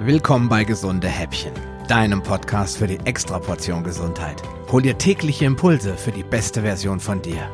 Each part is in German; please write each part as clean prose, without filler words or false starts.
Willkommen bei Gesunde Häppchen, deinem Podcast für die Extraportion Gesundheit. Hol dir tägliche Impulse für die beste Version von dir.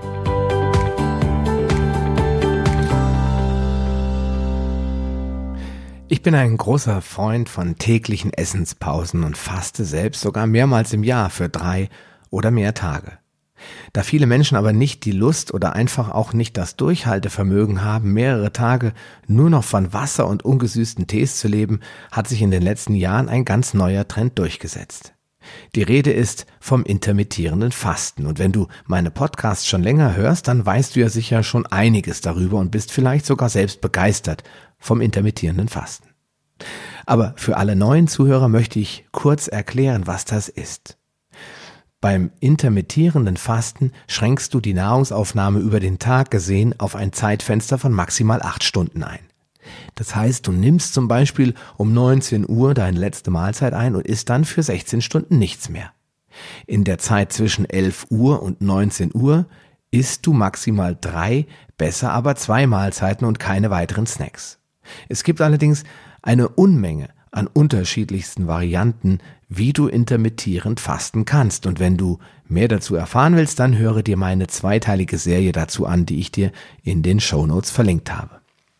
Ich bin ein großer Freund von täglichen Essenspausen und faste selbst sogar mehrmals im Jahr für 3 oder mehr Tage. Da viele Menschen aber nicht die Lust oder einfach auch nicht das Durchhaltevermögen haben, mehrere Tage nur noch von Wasser und ungesüßten Tees zu leben, hat sich in den letzten Jahren ein ganz neuer Trend durchgesetzt. Die Rede ist vom intermittierenden Fasten. Und wenn du meine Podcasts schon länger hörst, dann weißt du ja sicher schon einiges darüber und bist vielleicht sogar selbst begeistert vom intermittierenden Fasten. Aber für alle neuen Zuhörer möchte ich kurz erklären, was das ist. Beim intermittierenden Fasten schränkst du die Nahrungsaufnahme über den Tag gesehen auf ein Zeitfenster von maximal 8 Stunden ein. Das heißt, du nimmst zum Beispiel um 19 Uhr deine letzte Mahlzeit ein und isst dann für 16 Stunden nichts mehr. In der Zeit zwischen 11 Uhr und 19 Uhr isst du maximal 3, besser aber 2 Mahlzeiten und keine weiteren Snacks. Es gibt allerdings eine Unmenge an unterschiedlichsten Varianten, wie du intermittierend fasten kannst. Und wenn du mehr dazu erfahren willst, dann höre dir meine 2-teilige Serie dazu an, die ich dir in den Shownotes verlinkt habe.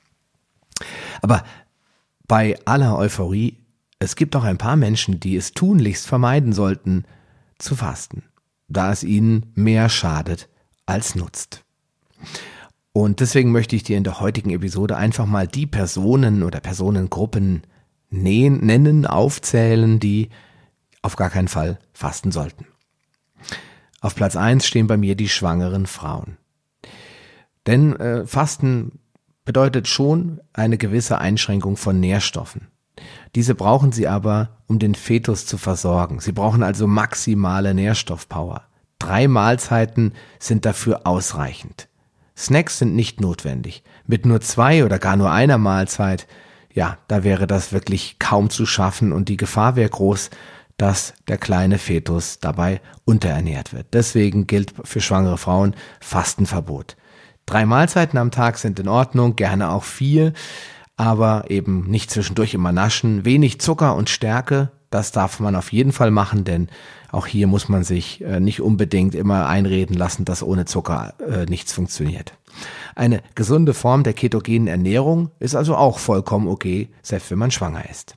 Aber bei aller Euphorie, es gibt auch ein paar Menschen, die es tunlichst vermeiden sollten, zu fasten, da es ihnen mehr schadet als nutzt. Und deswegen möchte ich dir in der heutigen Episode einfach mal die Personen oder Personengruppen nennen, aufzählen, die auf gar keinen Fall fasten sollten. Auf Platz 1 stehen bei mir die schwangeren Frauen. Denn Fasten bedeutet schon eine gewisse Einschränkung von Nährstoffen. Diese brauchen sie aber, um den Fetus zu versorgen. Sie brauchen also maximale Nährstoffpower. 3 Mahlzeiten sind dafür ausreichend. Snacks sind nicht notwendig. Mit nur 2 oder gar nur einer Mahlzeit, ja, da wäre das wirklich kaum zu schaffen und die Gefahr wäre groß, dass der kleine Fetus dabei unterernährt wird. Deswegen gilt für schwangere Frauen Fastenverbot. 3 Mahlzeiten am Tag sind in Ordnung, gerne auch 4, aber eben nicht zwischendurch immer naschen. Wenig Zucker und Stärke, das darf man auf jeden Fall machen, denn auch hier muss man sich nicht unbedingt immer einreden lassen, dass ohne Zucker nichts funktioniert. Eine gesunde Form der ketogenen Ernährung ist also auch vollkommen okay, selbst wenn man schwanger ist.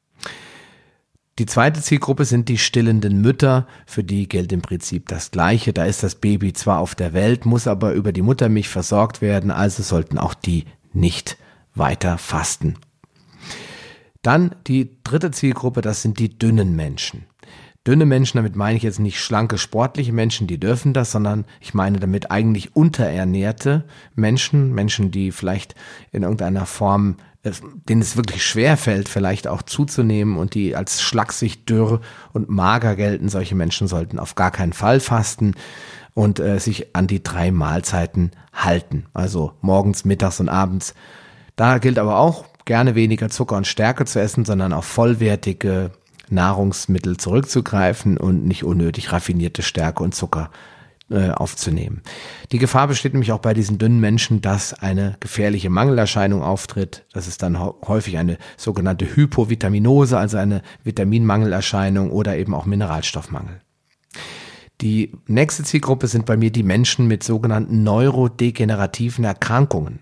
Die zweite Zielgruppe sind die stillenden Mütter, für die gilt im Prinzip das Gleiche. Da ist das Baby zwar auf der Welt, muss aber über die Muttermilch versorgt werden, also sollten auch die nicht weiter fasten. Dann die dritte Zielgruppe, das sind die dünnen Menschen. Dünne Menschen, damit meine ich jetzt nicht schlanke, sportliche Menschen, die dürfen das, sondern ich meine damit eigentlich unterernährte Menschen, die vielleicht in irgendeiner Form, denen es wirklich schwer fällt, vielleicht auch zuzunehmen und die als schlaksig, dürr und mager gelten. Solche Menschen sollten auf gar keinen Fall fasten und sich an die 3 Mahlzeiten halten, also morgens, mittags und abends. Da gilt aber auch, gerne weniger Zucker und Stärke zu essen, sondern auf vollwertige Nahrungsmittel zurückzugreifen und nicht unnötig raffinierte Stärke und Zucker aufzunehmen. Die Gefahr besteht nämlich auch bei diesen dünnen Menschen, dass eine gefährliche Mangelerscheinung auftritt. Das ist dann häufig eine sogenannte Hypovitaminose, also eine Vitaminmangelerscheinung oder eben auch Mineralstoffmangel. Die nächste Zielgruppe sind bei mir die Menschen mit sogenannten neurodegenerativen Erkrankungen.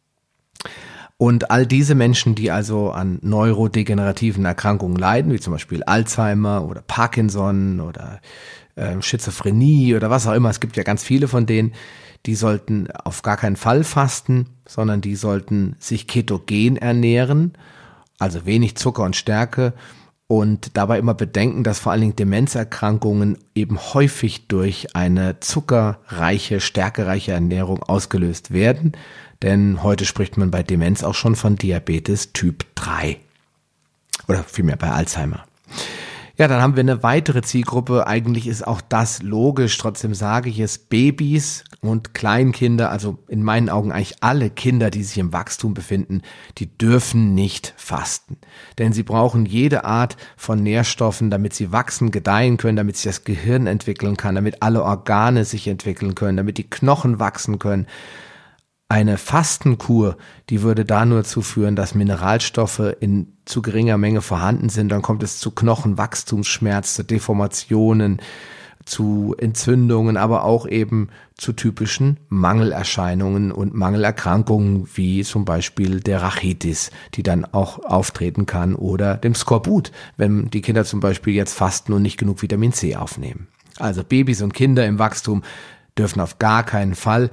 Und all diese Menschen, die also an neurodegenerativen Erkrankungen leiden, wie zum Beispiel Alzheimer oder Parkinson oder Schizophrenie oder was auch immer, es gibt ja ganz viele von denen, die sollten auf gar keinen Fall fasten, sondern die sollten sich ketogen ernähren, also wenig Zucker und Stärke und dabei immer bedenken, dass vor allen Dingen Demenzerkrankungen eben häufig durch eine zuckerreiche, stärkereiche Ernährung ausgelöst werden. Denn heute spricht man bei Demenz auch schon von Diabetes Typ 3 oder vielmehr bei Alzheimer. Ja, dann haben wir eine weitere Zielgruppe. Eigentlich ist auch das logisch, trotzdem sage ich es, Babys und Kleinkinder, also in meinen Augen eigentlich alle Kinder, die sich im Wachstum befinden, die dürfen nicht fasten. Denn sie brauchen jede Art von Nährstoffen, damit sie wachsen, gedeihen können, damit sich das Gehirn entwickeln kann, damit alle Organe sich entwickeln können, damit die Knochen wachsen können. Eine Fastenkur, die würde da nur dazu führen, dass Mineralstoffe in zu geringer Menge vorhanden sind. Dann kommt es zu Knochenwachstumsschmerz, zu Deformationen, zu Entzündungen, aber auch eben zu typischen Mangelerscheinungen und Mangelerkrankungen, wie zum Beispiel der Rachitis, die dann auch auftreten kann, oder dem Skorbut, wenn die Kinder zum Beispiel jetzt fasten und nicht genug Vitamin C aufnehmen. Also Babys und Kinder im Wachstum dürfen auf gar keinen Fall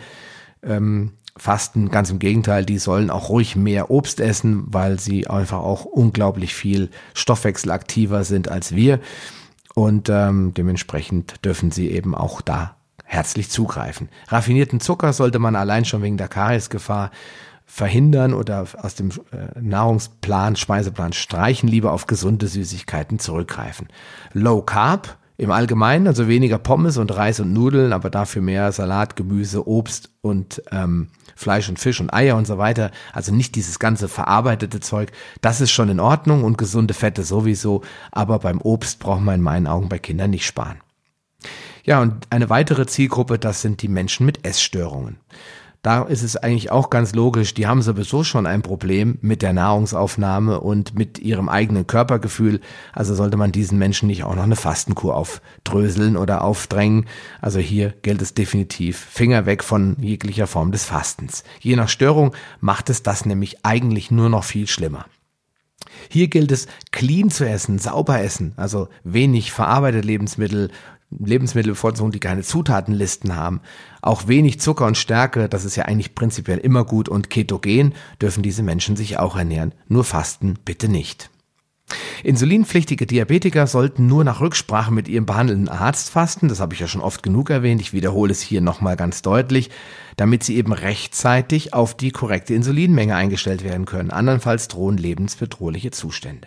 fasten, ganz im Gegenteil, die sollen auch ruhig mehr Obst essen, weil sie einfach auch unglaublich viel stoffwechselaktiver sind als wir. Und dementsprechend dürfen sie eben auch da herzlich zugreifen. Raffinierten Zucker sollte man allein schon wegen der Kariesgefahr verhindern oder aus dem Nahrungsplan, Speiseplan streichen, lieber auf gesunde Süßigkeiten zurückgreifen. Low Carb im Allgemeinen, also weniger Pommes und Reis und Nudeln, aber dafür mehr Salat, Gemüse, Obst und Fleisch und Fisch und Eier und so weiter. Also nicht dieses ganze verarbeitete Zeug. Das ist schon in Ordnung und gesunde Fette sowieso. Aber beim Obst braucht man in meinen Augen bei Kindern nicht sparen. Ja, und eine weitere Zielgruppe, das sind die Menschen mit Essstörungen. Da ist es eigentlich auch ganz logisch, die haben sowieso schon ein Problem mit der Nahrungsaufnahme und mit ihrem eigenen Körpergefühl. Also sollte man diesen Menschen nicht auch noch eine Fastenkur aufdröseln oder aufdrängen. Also hier gilt es definitiv, Finger weg von jeglicher Form des Fastens. Je nach Störung macht es das nämlich eigentlich nur noch viel schlimmer. Hier gilt es, clean zu essen, sauber essen, also wenig verarbeitete Lebensmittel bevorzugen, die keine Zutatenlisten haben. Auch wenig Zucker und Stärke, das ist ja eigentlich prinzipiell immer gut, und ketogen dürfen diese Menschen sich auch ernähren. Nur Fasten bitte nicht. Insulinpflichtige Diabetiker sollten nur nach Rücksprache mit ihrem behandelnden Arzt fasten. Das habe ich ja schon oft genug erwähnt. Ich wiederhole es hier nochmal ganz deutlich, damit sie eben rechtzeitig auf die korrekte Insulinmenge eingestellt werden können. Andernfalls drohen lebensbedrohliche Zustände.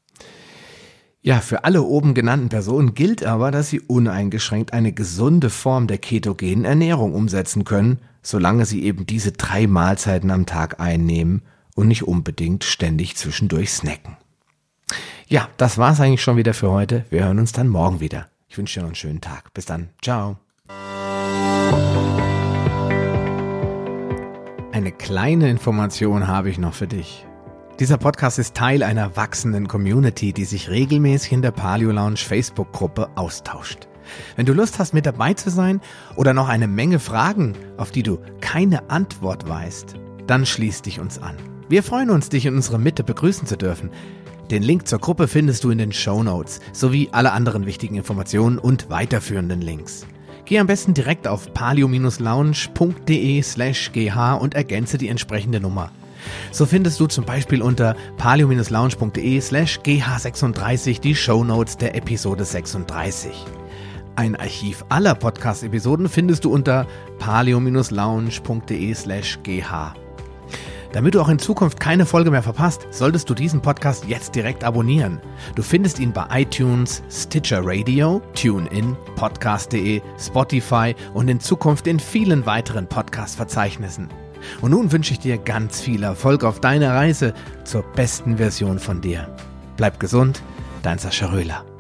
Ja, für alle oben genannten Personen gilt aber, dass sie uneingeschränkt eine gesunde Form der ketogenen Ernährung umsetzen können, solange sie eben diese 3 Mahlzeiten am Tag einnehmen und nicht unbedingt ständig zwischendurch snacken. Ja, das war's eigentlich schon wieder für heute. Wir hören uns dann morgen wieder. Ich wünsche dir noch einen schönen Tag. Bis dann. Ciao. Eine kleine Information habe ich noch für dich. Dieser Podcast ist Teil einer wachsenden Community, die sich regelmäßig in der Paleo Lounge Facebook-Gruppe austauscht. Wenn du Lust hast, mit dabei zu sein oder noch eine Menge Fragen, auf die du keine Antwort weißt, dann schließ dich uns an. Wir freuen uns, dich in unserer Mitte begrüßen zu dürfen. Den Link zur Gruppe findest du in den Shownotes sowie alle anderen wichtigen Informationen und weiterführenden Links. Geh am besten direkt auf paleo-lounge.de/gh und ergänze die entsprechende Nummer. So findest du zum Beispiel unter paleo-lounge.de/gh36 die Shownotes der Episode 36. Ein Archiv aller Podcast-Episoden findest du unter paleo-lounge.de/gh. Damit du auch in Zukunft keine Folge mehr verpasst, solltest du diesen Podcast jetzt direkt abonnieren. Du findest ihn bei iTunes, Stitcher Radio, TuneIn, Podcast.de, Spotify und in Zukunft in vielen weiteren Podcast-Verzeichnissen. Und nun wünsche ich dir ganz viel Erfolg auf deiner Reise zur besten Version von dir. Bleib gesund, dein Sascha Röhler.